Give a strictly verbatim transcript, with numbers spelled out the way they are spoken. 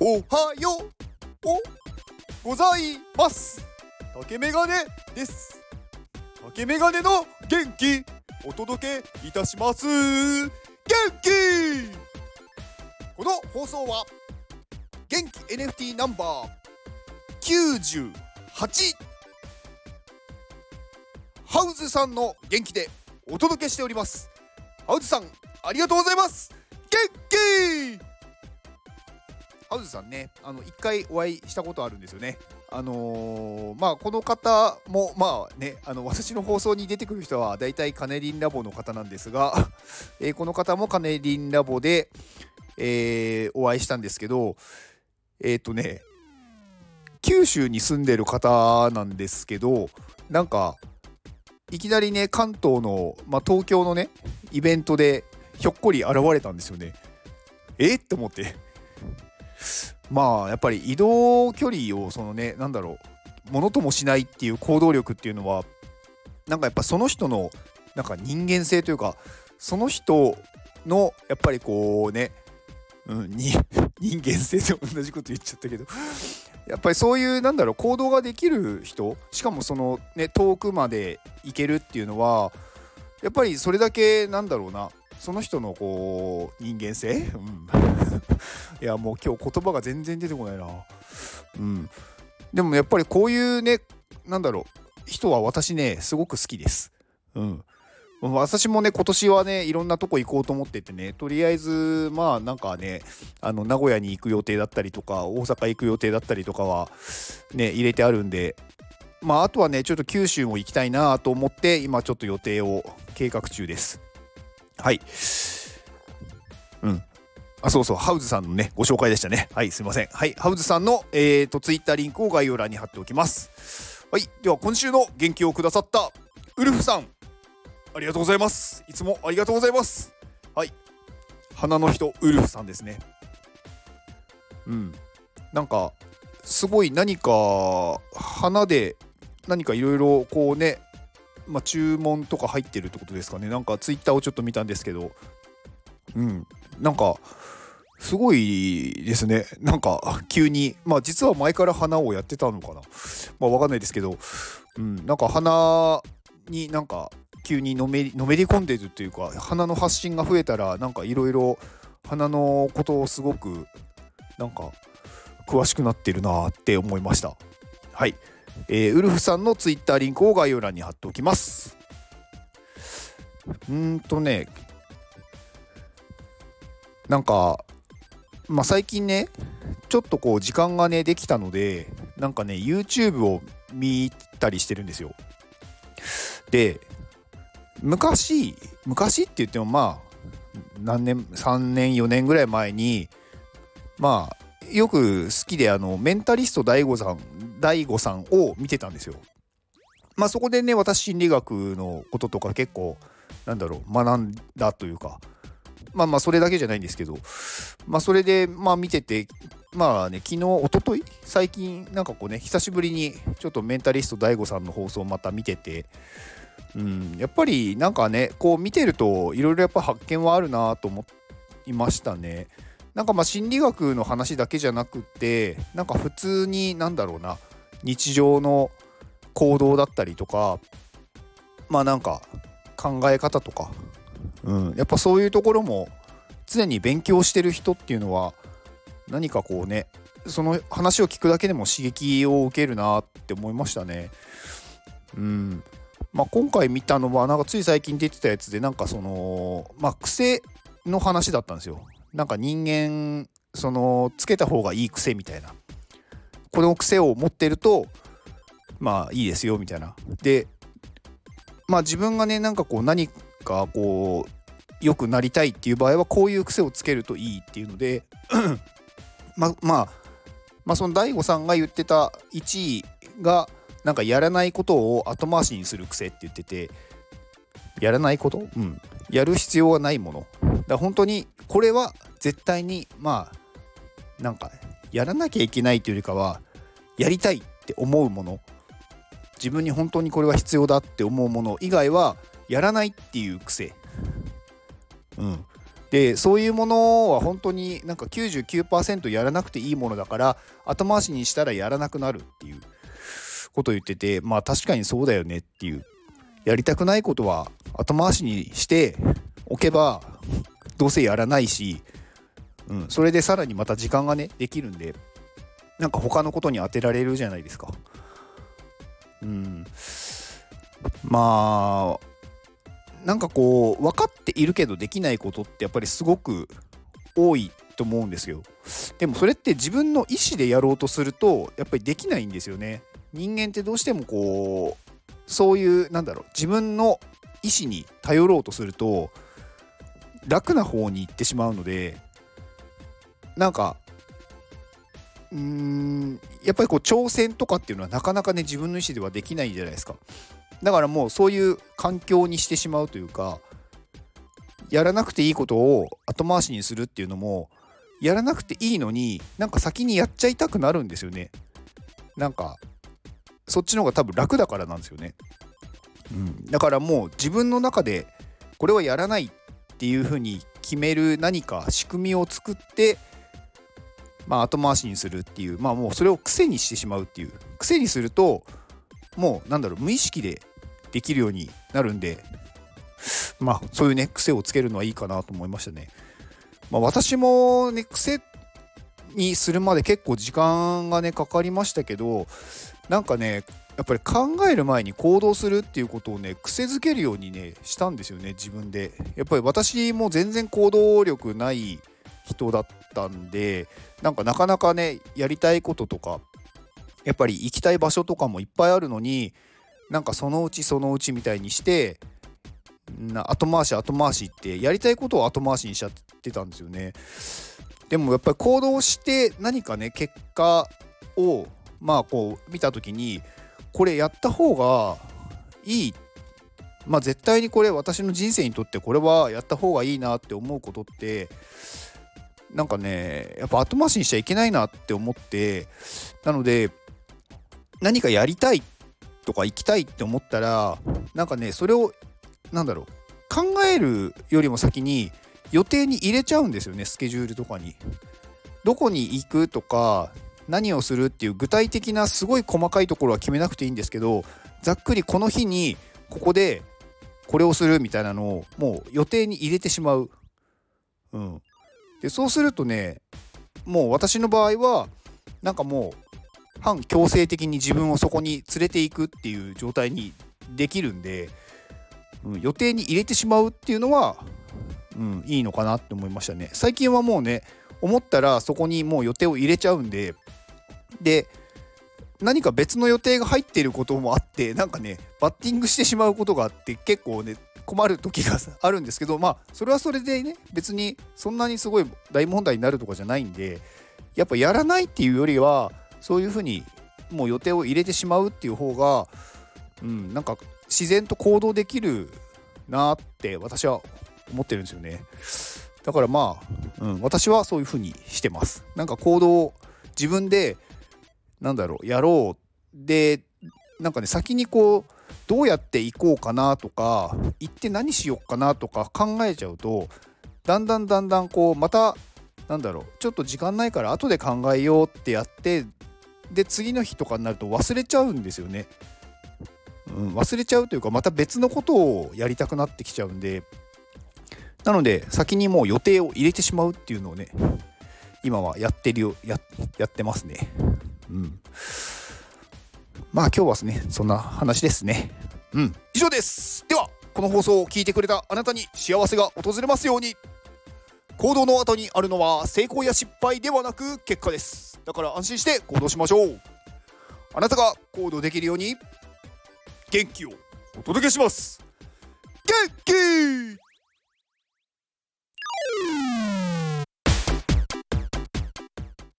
おはようございます。竹メガネです。竹メガネの元気お届けいたします。元気。この放送は元気 エヌエフティー ナンバーきゅうじゅうはちハウズさんの元気でお届けしております。ハウズさんありがとうございます。元気。ハウズさんね、あの一回お会いしたことあるんですよね。あのー、まあこの方もまあね、あの私の放送に出てくる人はだいたいカネリンラボの方なんですが、えー、この方もカネリンラボで、えー、お会いしたんですけど、えっとね九州に住んでる方なんですけど、なんかいきなりね関東の、まあ、東京のねイベントでひょっこり現れたんですよね。えって思って。まあやっぱり移動距離をそのねなんだろうものともしないっていう行動力っていうのはなんかやっぱその人のなんか人間性というかその人のやっぱりこうね、うん、に人間性と同じこと言っちゃったけどやっぱりそういうなんだろう行動ができる人、しかもそのね遠くまで行けるっていうのはやっぱりそれだけなんだろうなその人のこう人間性、うん、いやもう今日言葉が全然出てこないな、うん、でもやっぱりこういうねなんだろう人は私ねすごく好きです、うん、私もね今年はねいろんなとこ行こうと思っててねとりあえずまあなんかねあの名古屋に行く予定だったりとか大阪行く予定だったりとかはね入れてあるんで、まああとはねちょっと九州も行きたいなと思って今ちょっと予定を計画中です。はい。うん。あ、そうそう、ハウズさんのね、ご紹介でしたね。はい、すいません。はい、ハウズさんの、えーと、ツイッターリンクを概要欄に貼っておきます。はい、では今週の元気をくださったウルフさん、ありがとうございます。いつもありがとうございます。はい、花の人ウルフさんですね。うん。なんか、すごい何か、花で何かいろいろこうね、まあ、注文とか入ってるってことですかね。なんかツイッターをちょっと見たんですけど、うん、なんかすごいですね。なんか急に、まあ実は前から花をやってたのかな。まあわかんないですけど、うん、なんか花になんか急にのめりのめり込んでるというか、花の発信が増えたらなんかいろいろ花のことをすごくなんか詳しくなってるなって思いました。はい。えー、ウルフさんのツイッターリンクを概要欄に貼っておきます。うーんとねなんか、まあ、最近ねちょっとこう時間がねできたのでなんかね YouTube を見たりしてるんですよ。で昔昔って言ってもまあ何年さんねんよねんぐらい前にまあよく好きであのメンタリスト ダイゴ さん ダイゴ さんを見てたんですよ。まあそこでね私心理学のこととか結構なんだろう学んだというかまあまあそれだけじゃないんですけどまあそれでまあ見ててまあね昨日一昨日最近なんかこうね久しぶりにちょっとメンタリスト ダイゴ さんの放送をまた見ててうんやっぱりなんかねこう見てるといろいろやっぱ発見はあるなと思いましたね。なんかまあ心理学の話だけじゃなくってなんか普通になんだろうな日常の行動だったりとかまあなんか考え方とか、うん、やっぱそういうところも常に勉強してる人っていうのは何かこうねその話を聞くだけでも刺激を受けるなって思いましたね。うんまあ、今回見たのはなんかつい最近出てたやつでなんかそのまあ癖の話だったんですよ。なんか人間そのつけた方がいい癖みたいなこの癖を持ってるとまあいいですよみたいなでまあ自分がねなんかこう何かこう良くなりたいっていう場合はこういう癖をつけるといいっていうのでまあまあまあその ダイゴ さんが言ってたいちいがなんかやらないことを後回しにする癖って言っててやらないことうんやる必要はないものだから本当にこれは絶対にまあなんかやらなきゃいけないというよりかはやりたいって思うもの自分に本当にこれは必要だって思うもの以外はやらないっていう癖、うん、 でそういうものは本当になんか きゅうじゅうきゅうパーセント やらなくていいものだから後回しにしたらやらなくなるっていうことを言ってて、まあ確かにそうだよねっていう、やりたくないことは後回しにしておけばどうせやらないし、うん、それでさらにまた時間がねできるんで、なんか他のことに当てられるじゃないですか。うん、まあなんかこう分かっているけどできないことってやっぱりすごく多いと思うんですよ。でもそれって自分の意思でやろうとするとやっぱりできないんですよね。人間ってどうしてもこうそういうなんだろう自分の意思に頼ろうとすると楽な方に行ってしまうので、なんかうーんやっぱりこう挑戦とかっていうのはなかなかね自分の意思ではできないじゃないですか。だからもうそういう環境にしてしまうというか、やらなくていいことを後回しにするっていうのもやらなくていいのになんか先にやっちゃいたくなるんですよね。なんかそっちの方が多分楽だからなんですよね。うん、だからもう自分の中でこれはやらないっていう風に決める何か仕組みを作って、まあ後回しにするっていう、まあもうそれを癖にしてしまうっていう、癖にするともうなんだろう無意識でできるようになるんで、まあそういうね癖をつけるのはいいかなと思いましたね。まあ私もね癖にするまで結構時間がねかかりましたけど、なんかねやっぱり考える前に行動するっていうことをね癖づけるようにねしたんですよね自分で。やっぱり私も全然行動力ない人だったんで、なんかなかなかねやりたいこととかやっぱり行きたい場所とかもいっぱいあるのに、なんかそのうちそのうちみたいにしてな後回し後回しってやりたいことを後回しにしちゃってたんですよね。でもやっぱり行動して何かね結果をまあこう見た時にこれやった方がいい、まあ絶対にこれ私の人生にとってこれはやった方がいいなって思うことってなんかねやっぱ後回しにしちゃいけないなって思って、なので何かやりたいとか行きたいって思ったらなんかねそれをなんだろう考えるよりも先に予定に入れちゃうんですよね。スケジュールとかにどこに行くとか何をするっていう具体的なすごい細かいところは決めなくていいんですけど、ざっくりこの日にここでこれをするみたいなのをもう予定に入れてしまう。うん、でそうするとねもう私の場合はなんかもう反強制的に自分をそこに連れていくっていう状態にできるんで、うん、予定に入れてしまうっていうのは、うん、いいのかなって思いましたね。最近はもうね思ったらそこにもう予定を入れちゃうんで、で何か別の予定が入っていることもあってなんかねバッティングしてしまうことがあって結構ね困る時があるんですけど、まあそれはそれでね別にそんなにすごい大問題になるとかじゃないんで、やっぱやらないっていうよりはそういうふうにもう予定を入れてしまうっていう方が、うん、なんか自然と行動できるなって私は思ってるんですよね。だからまあ、うん、私はそういうふうにしてます。なんか行動を自分でなんだろうやろうで、なんかね先にこうどうやって行こうかなとか行って何しようかなとか考えちゃうとだんだんだんだんこうまたなんだろうちょっと時間ないから後で考えようってやって、で次の日とかになると忘れちゃうんですよね。うん、忘れちゃうというかまた別のことをやりたくなってきちゃうんで、なので先にもう予定を入れてしまうっていうのをね今はやってるよ や, やってますね。うん、まあ今日はですねそんな話ですね。うん以上です。ではこの放送を聞いてくれたあなたに幸せが訪れますように。行動の後にあるのは成功や失敗ではなく結果です。だから安心して行動しましょう。あなたが行動できるように元気をお届けします。元気